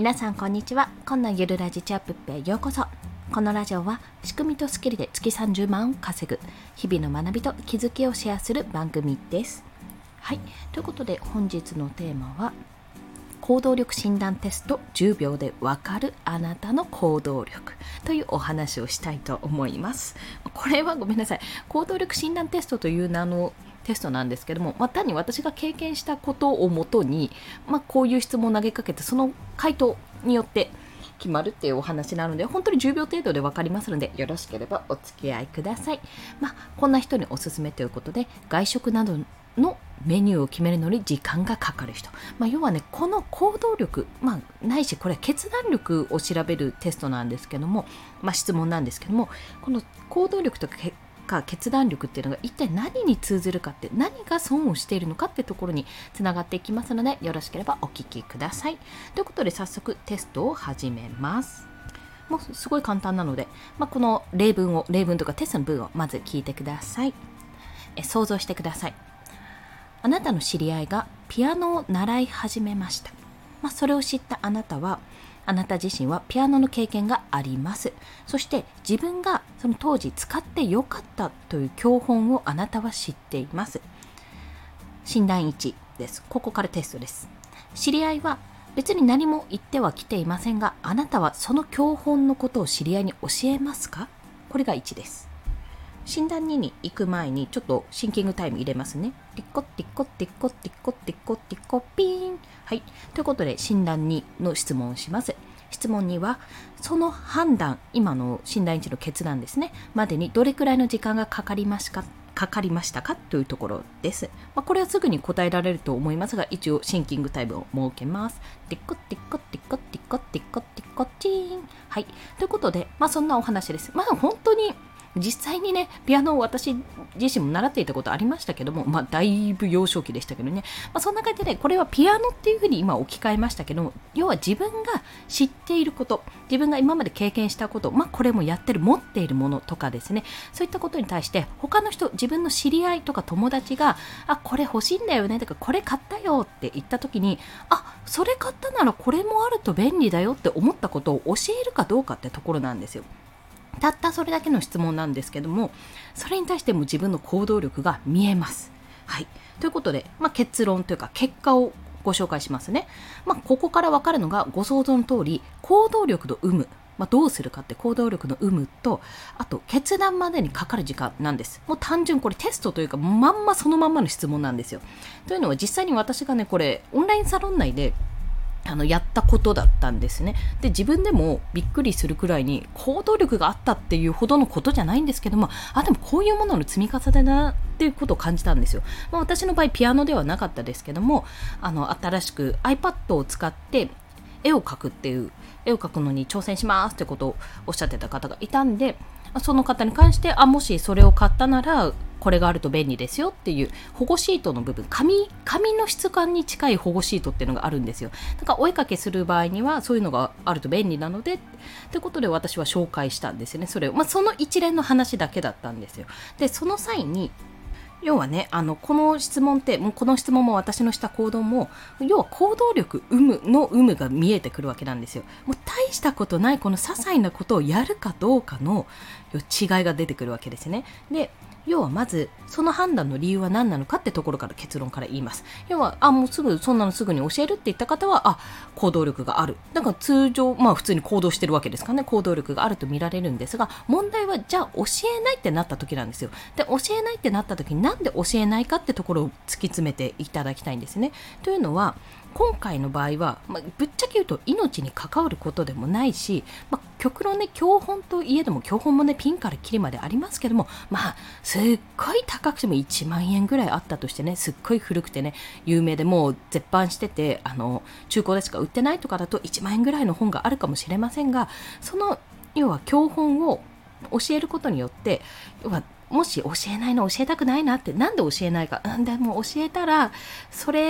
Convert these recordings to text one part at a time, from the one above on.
皆さんこんにちは。今のゆるラジチャップへようこそ。このラジオは仕組みとスキルで月30万を稼ぐ日々の学びと気づきをシェアする番組です。はい、ということで本日のテーマは行動力診断テスト10秒でわかるあなたの行動力というお話をしたいと思います。これはごめんなさい、行動力診断テストという名のテストなんですけども、単に私が経験したことをもとに、こういう質問を投げかけてその回答によって決まるっていうお話なので、本当に10秒程度で分かりますので、よろしければお付き合いください。こんな人におすすめということで、外食などのメニューを決めるのに時間がかかる人、要はね、この行動力、ないしこれは決断力を調べるテストなんですけども、質問なんですけども、この行動力とか決断力っていうのが一体何に通ずるかって、何が損をしているのかってところにつながっていきますので、よろしければお聞きください。ということで早速テストを始めます。もうすごい簡単なので、この例文とかテストの文をまず聞いてください。想像してください。あなたの知り合いがピアノを習い始めました。それを知ったあなた自身はピアノの経験があります。そして自分がその当時使ってよかったという教本をあなたは知っています。診断1です。ここからテストです。知り合いは別に何も言ってはきていませんが、あなたはその教本のことを知り合いに教えますか？これが1です。診断2に行く前にちょっとシンキングタイム入れますね。ティッコティッコティッコティッコティッコティッコピーン。はい。ということで診断2の質問をします。質問2は、その判断、今の診断1の決断ですね、までにどれくらいの時間がかかりましたかというところです。これはすぐに答えられると思いますが、一応シンキングタイムを設けます。ティッコティッコティッコティッコティッコティッコチーン。はい。ということで、そんなお話です。本当に実際にね、ピアノを私自身も習っていたことありましたけども、だいぶ幼少期でしたけどね、そんな感じで、これはピアノっていうふうに今置き換えましたけども、要は自分が知っていること、自分が今まで経験したこと、これもやってる、持っているものとかですね、そういったことに対して他の人、自分の知り合いとか友達が、これ欲しいんだよねとか、これ買ったよって言った時に、それ買ったならこれもあると便利だよって思ったことを教えるかどうかってところなんですよ。たったそれだけの質問なんですけども、それに対しても自分の行動力が見えます。はい。ということで、結論というか結果をご紹介しますね。ここから分かるのがご想像の通り、行動力の有無、どうするかって行動力の有無と、あと決断までにかかる時間なんです。もう単純これテストというか、そのまんまの質問なんですよ。というのは実際に私がね、これオンラインサロン内でやったことだったんですね。で、自分でもびっくりするくらいに行動力があったっていうほどのことじゃないんですけども、でもこういうものの積み重ねだなっていうことを感じたんですよ。私の場合ピアノではなかったですけども、新しく iPad を使って絵を描くのに挑戦しますってことをおっしゃってた方がいたんで、その方に関してもしそれを買ったならこれがあると便利ですよっていう保護シートの部分、紙の質感に近い保護シートっていうのがあるんですよ。だからお絵かけする場合にはそういうのがあると便利なのでということで私は紹介したんですよね。それを、その一連の話だけだったんですよ。で、その際に要はね、この質問って、もうこの質問も私のした行動も、要は行動力有無が見えてくるわけなんですよ。もう大したことないこの些細なことをやるかどうかの違いが出てくるわけですね。で、要はまずその判断の理由は何なのかってところから結論から言います。要はもうそんなのすぐに教えるって言った方は行動力がある。だから通常普通に行動してるわけですからね、行動力があると見られるんですが、問題はじゃあ教えないってなった時なんですよ。で、教えないってなった時になんで教えないかってところを突き詰めていただきたいんですね。というのは今回の場合は、ぶっちゃけ言うと命に関わることでもないし、極論ね、教本といえども、教本もね、ピンからキリまでありますけども、すっごい高くても1万円ぐらいあったとしてね、すっごい古くてね、有名でもう絶版してて、中古でしか売ってないとかだと1万円ぐらいの本があるかもしれませんが、その、要は教本を教えることによって、要はもし教えたくないなって、なんで教えないか、でも教えたらそれ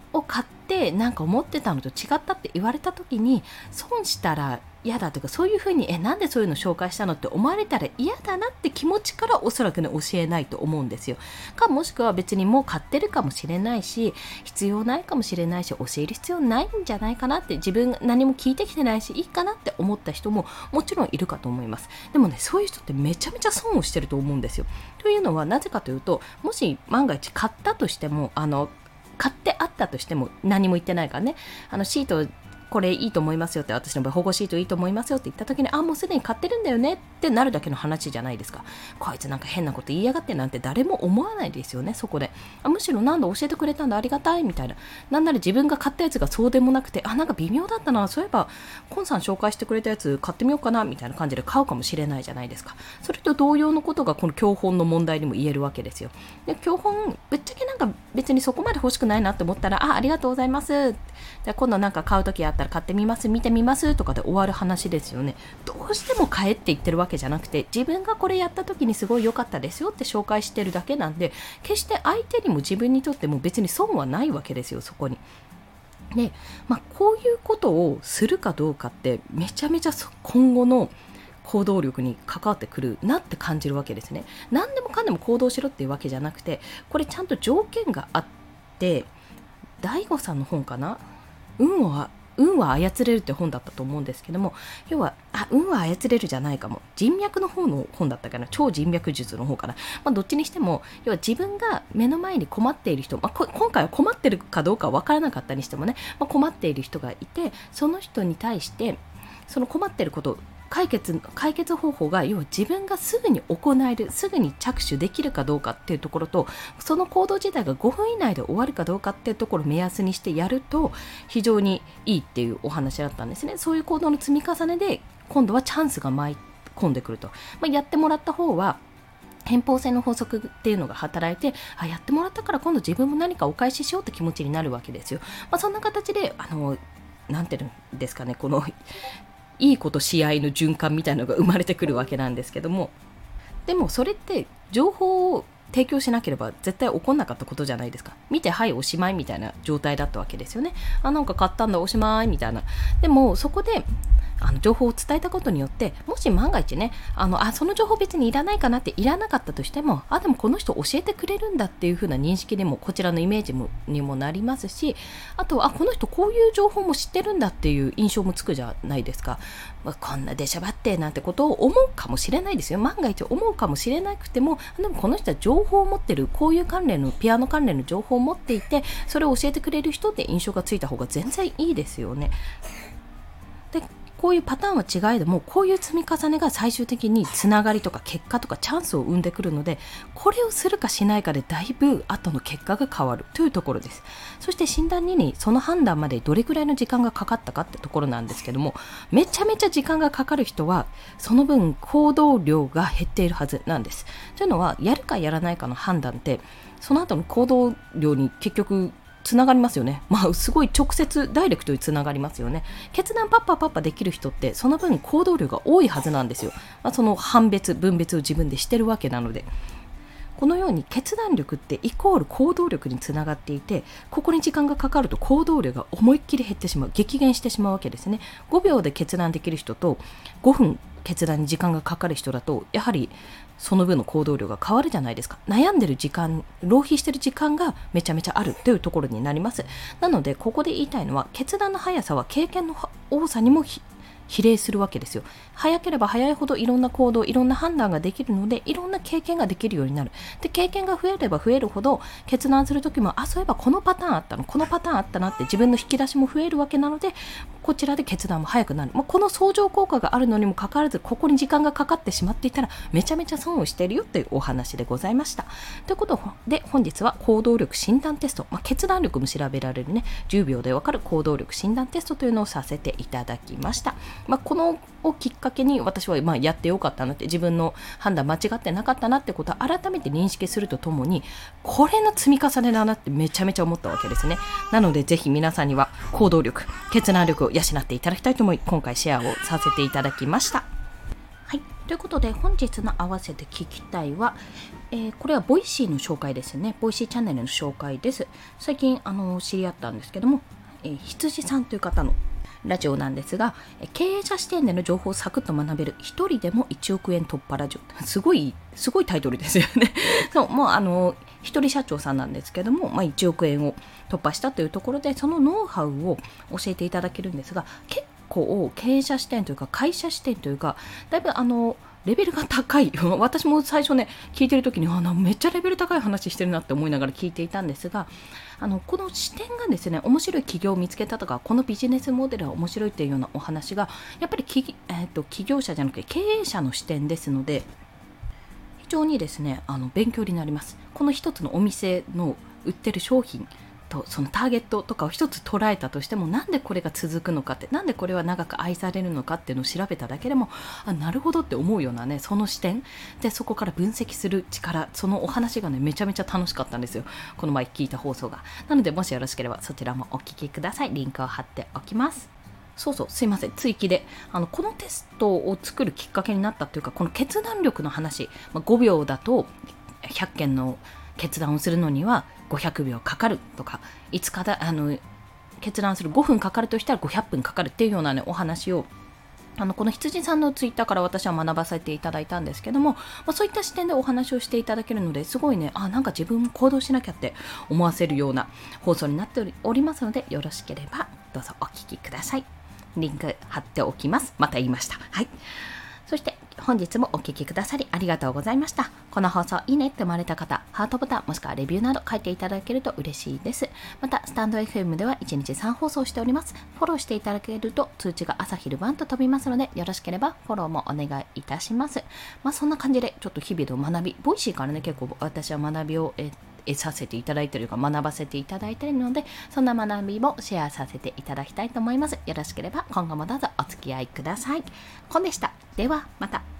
を買ってなんか思ってたのと違ったって言われた時に損したら嫌だとか、そういうふうになんでそういうの紹介したのって思われたら嫌だなって気持ちからおそらくね教えないと思うんですよ。もしくは別にもう買ってるかもしれないし必要ないかもしれないし教える必要ないんじゃないかなって、自分が何も聞いてきてないしいいかなって思った人ももちろんいるかと思います。でもね、そういう人ってめちゃめちゃ損をしてると思うんですよ。というのはなぜかというと、もし万が一買ったとしても買ってあったとしても何も言ってないからね、シートこれいいと思いますよって、私の場合保護シートいいと思いますよって言った時に、もうすでに買ってるんだよねってなるだけの話じゃないですか。こいつなんか変なこと言いやがってなんて誰も思わないですよね。そこでむしろなんだ教えてくれたんだありがたいみたいな、なんなら自分が買ったやつがそうでもなくて、なんか微妙だったな、そういえばコンさん紹介してくれたやつ買ってみようかなみたいな感じで買うかもしれないじゃないですか。それと同様のことがこの教本の問題にも言えるわけですよ。で教本ぶっちゃけなんか別にそこまで欲しくないなって思ったら、ありがとうございます、じゃ今度なんか買う時あったら買ってみます見てみますとかで終わる話ですよね。どうしても買えって言ってるわけじゃなくて、自分がこれやった時にすごい良かったですよって紹介してるだけなんで、決して相手にも自分にとっても別に損はないわけですよ、そこに。で、こういうことをするかどうかってめちゃめちゃ今後の行動力に関わってくるなって感じるわけですね。何でもかんでも行動しろっていうわけじゃなくて、これちゃんと条件があって、大悟さんの本かな、運は操れるって本だったと思うんですけども、要は運は操れるじゃないかも、人脈の方の本だったかな、超人脈術の方かな、どっちにしても要は自分が目の前に困っている人、今回は困ってるかどうか分からなかったにしてもね、困っている人がいて、その人に対してその困っていること解決方法が、要は自分がすぐに行える、すぐに着手できるかどうかっていうところと、その行動自体が5分以内で終わるかどうかっていうところを目安にしてやると非常にいいっていうお話だったんですね。そういう行動の積み重ねで今度はチャンスが舞い込んでくると、やってもらった方は偏方性の法則っていうのが働いて、やってもらったから今度自分も何かお返ししようって気持ちになるわけですよ。そんな形でなんていうんですかね、このいいこと試合の循環みたいなのが生まれてくるわけなんですけども、でもそれって情報を提供しなければ絶対起こんなかったことじゃないですか。見てはいおしまいみたいな状態だったわけですよね。なんか買ったんだおしまいみたいな。でもそこで情報を伝えたことによって、もし万が一ねその情報別にいらないかなっていらなかったとしても、でもこの人教えてくれるんだっていう風な認識でもこちらのイメージにもなりますし、あとこの人こういう情報も知ってるんだっていう印象もつくじゃないですか。こんな出しゃばってなんてことを思うかもしれないですよ。万が一思うかもしれなくても、でもこの人は情報を持ってる、こういう関連のピアノ関連の情報を持っていて、それを教えてくれる人って印象がついた方が全然いいですよね。でこういうパターンは違いでも、こういう積み重ねが最終的につながりとか結果とかチャンスを生んでくるので、これをするかしないかでだいぶ後の結果が変わるというところです。そして診断2にその判断までどれくらいの時間がかかったかってところなんですけども、めちゃめちゃ時間がかかる人はその分行動量が減っているはずなんです。というのは、やるかやらないかの判断ってその後の行動量に結局つながりますよね。すごい直接ダイレクトにつながりますよね。決断パッパできる人ってその分行動量が多いはずなんですよ。その分別を自分でしてるわけなので、このように決断力ってイコール行動力につながっていて、ここに時間がかかると行動量が思いっきり減ってしまう、激減してしまうわけですね。5秒で決断できる人と5分決断に時間がかかる人だと、やはりその分の行動量が変わるじゃないですか。悩んでる時間、浪費してる時間がめちゃめちゃあるというところになります。なのでここで言いたいのは、決断の速さは経験の多さにも比例するわけですよ。早ければ早いほどいろんな行動、いろんな判断ができるので、いろんな経験ができるようになる。で、経験が増えれば増えるほど決断するときも、そういえばこのパターンあったの、このパターンあったなって自分の引き出しも増えるわけなので、こちらで決断も早くなる。この相乗効果があるのにもかかわらず、ここに時間がかかってしまっていたらめちゃめちゃ損をしているよというお話でございました。ということで本日は行動力診断テスト、決断力も調べられるね、10秒でわかる行動力診断テストというのをさせていただきました。このをきっかけに私はやってよかったなって、自分の判断間違ってなかったなってことは改めて認識するとともに、これの積み重ねだなってめちゃめちゃ思ったわけですね。なのでぜひ皆さんには行動力、決断力を養っていただきたいと思い、今回シェアをさせていただきました。はい、 ということで本日の合わせて聞きたいは、これはボイシーの紹介ですね。ボイシーチャンネルの紹介です。最近知り合ったんですけども、羊さんという方のラジオなんですが、経営者視点での情報をサクッと学べる一人でも1億円突破ラジオ。すごいタイトルですよね。そうもう一人社長さんなんですけども、1億円を突破したというところで、そのノウハウを教えていただけるんですが、結構経営者視点というか会社視点というか、だいぶレベルが高い。私も最初ね、聞いてる時にめっちゃレベル高い話してるなって思いながら聞いていたんですが、この視点がですね、面白い企業を見つけたとか、このビジネスモデルは面白いっていうようなお話がやっぱり企業者じゃなくて経営者の視点ですので、非常にですね勉強になります。この一つのお店の売ってる商品とそのターゲットとかを一つ捉えたとしても、なんでこれが続くのかって、なんでこれは長く愛されるのかっていうのを調べただけでも、なるほどって思うようなね、その視点でそこから分析する力、そのお話がねめちゃめちゃ楽しかったんですよ、この前聞いた放送が。なのでもしよろしければそちらもお聞きください。リンクを貼っておきます。そうすいません、追記でこのテストを作るきっかけになったというか、この決断力の話、5秒だと100件の決断をするのには500秒かかるとか、5日だ決断する5分かかるとしたら500分かかるっていうようなねお話をこの羊さんのツイッターから私は学ばせていただいたんですけども、そういった視点でお話をしていただけるので、すごいね、なんか自分も行動しなきゃって思わせるような放送になっておりますので、よろしければどうぞお聞きください。リンク貼っておきます。また言いました。はい。そして本日もお聞きくださりありがとうございました。この放送いいねって思われた方、ハートボタンもしくはレビューなど書いていただけると嬉しいです。またスタンド FM では1日3放送しております。フォローしていただけると通知が朝昼晩と飛びますので、よろしければフォローもお願いいたします。そんな感じでちょっと日々の学び、ボイシーからね結構私は学びを得させていただいているか学ばせていただいているので、そんな学びもシェアさせていただきたいと思います。よろしければ今後もどうぞお付き合いください。コンでした。ではまた。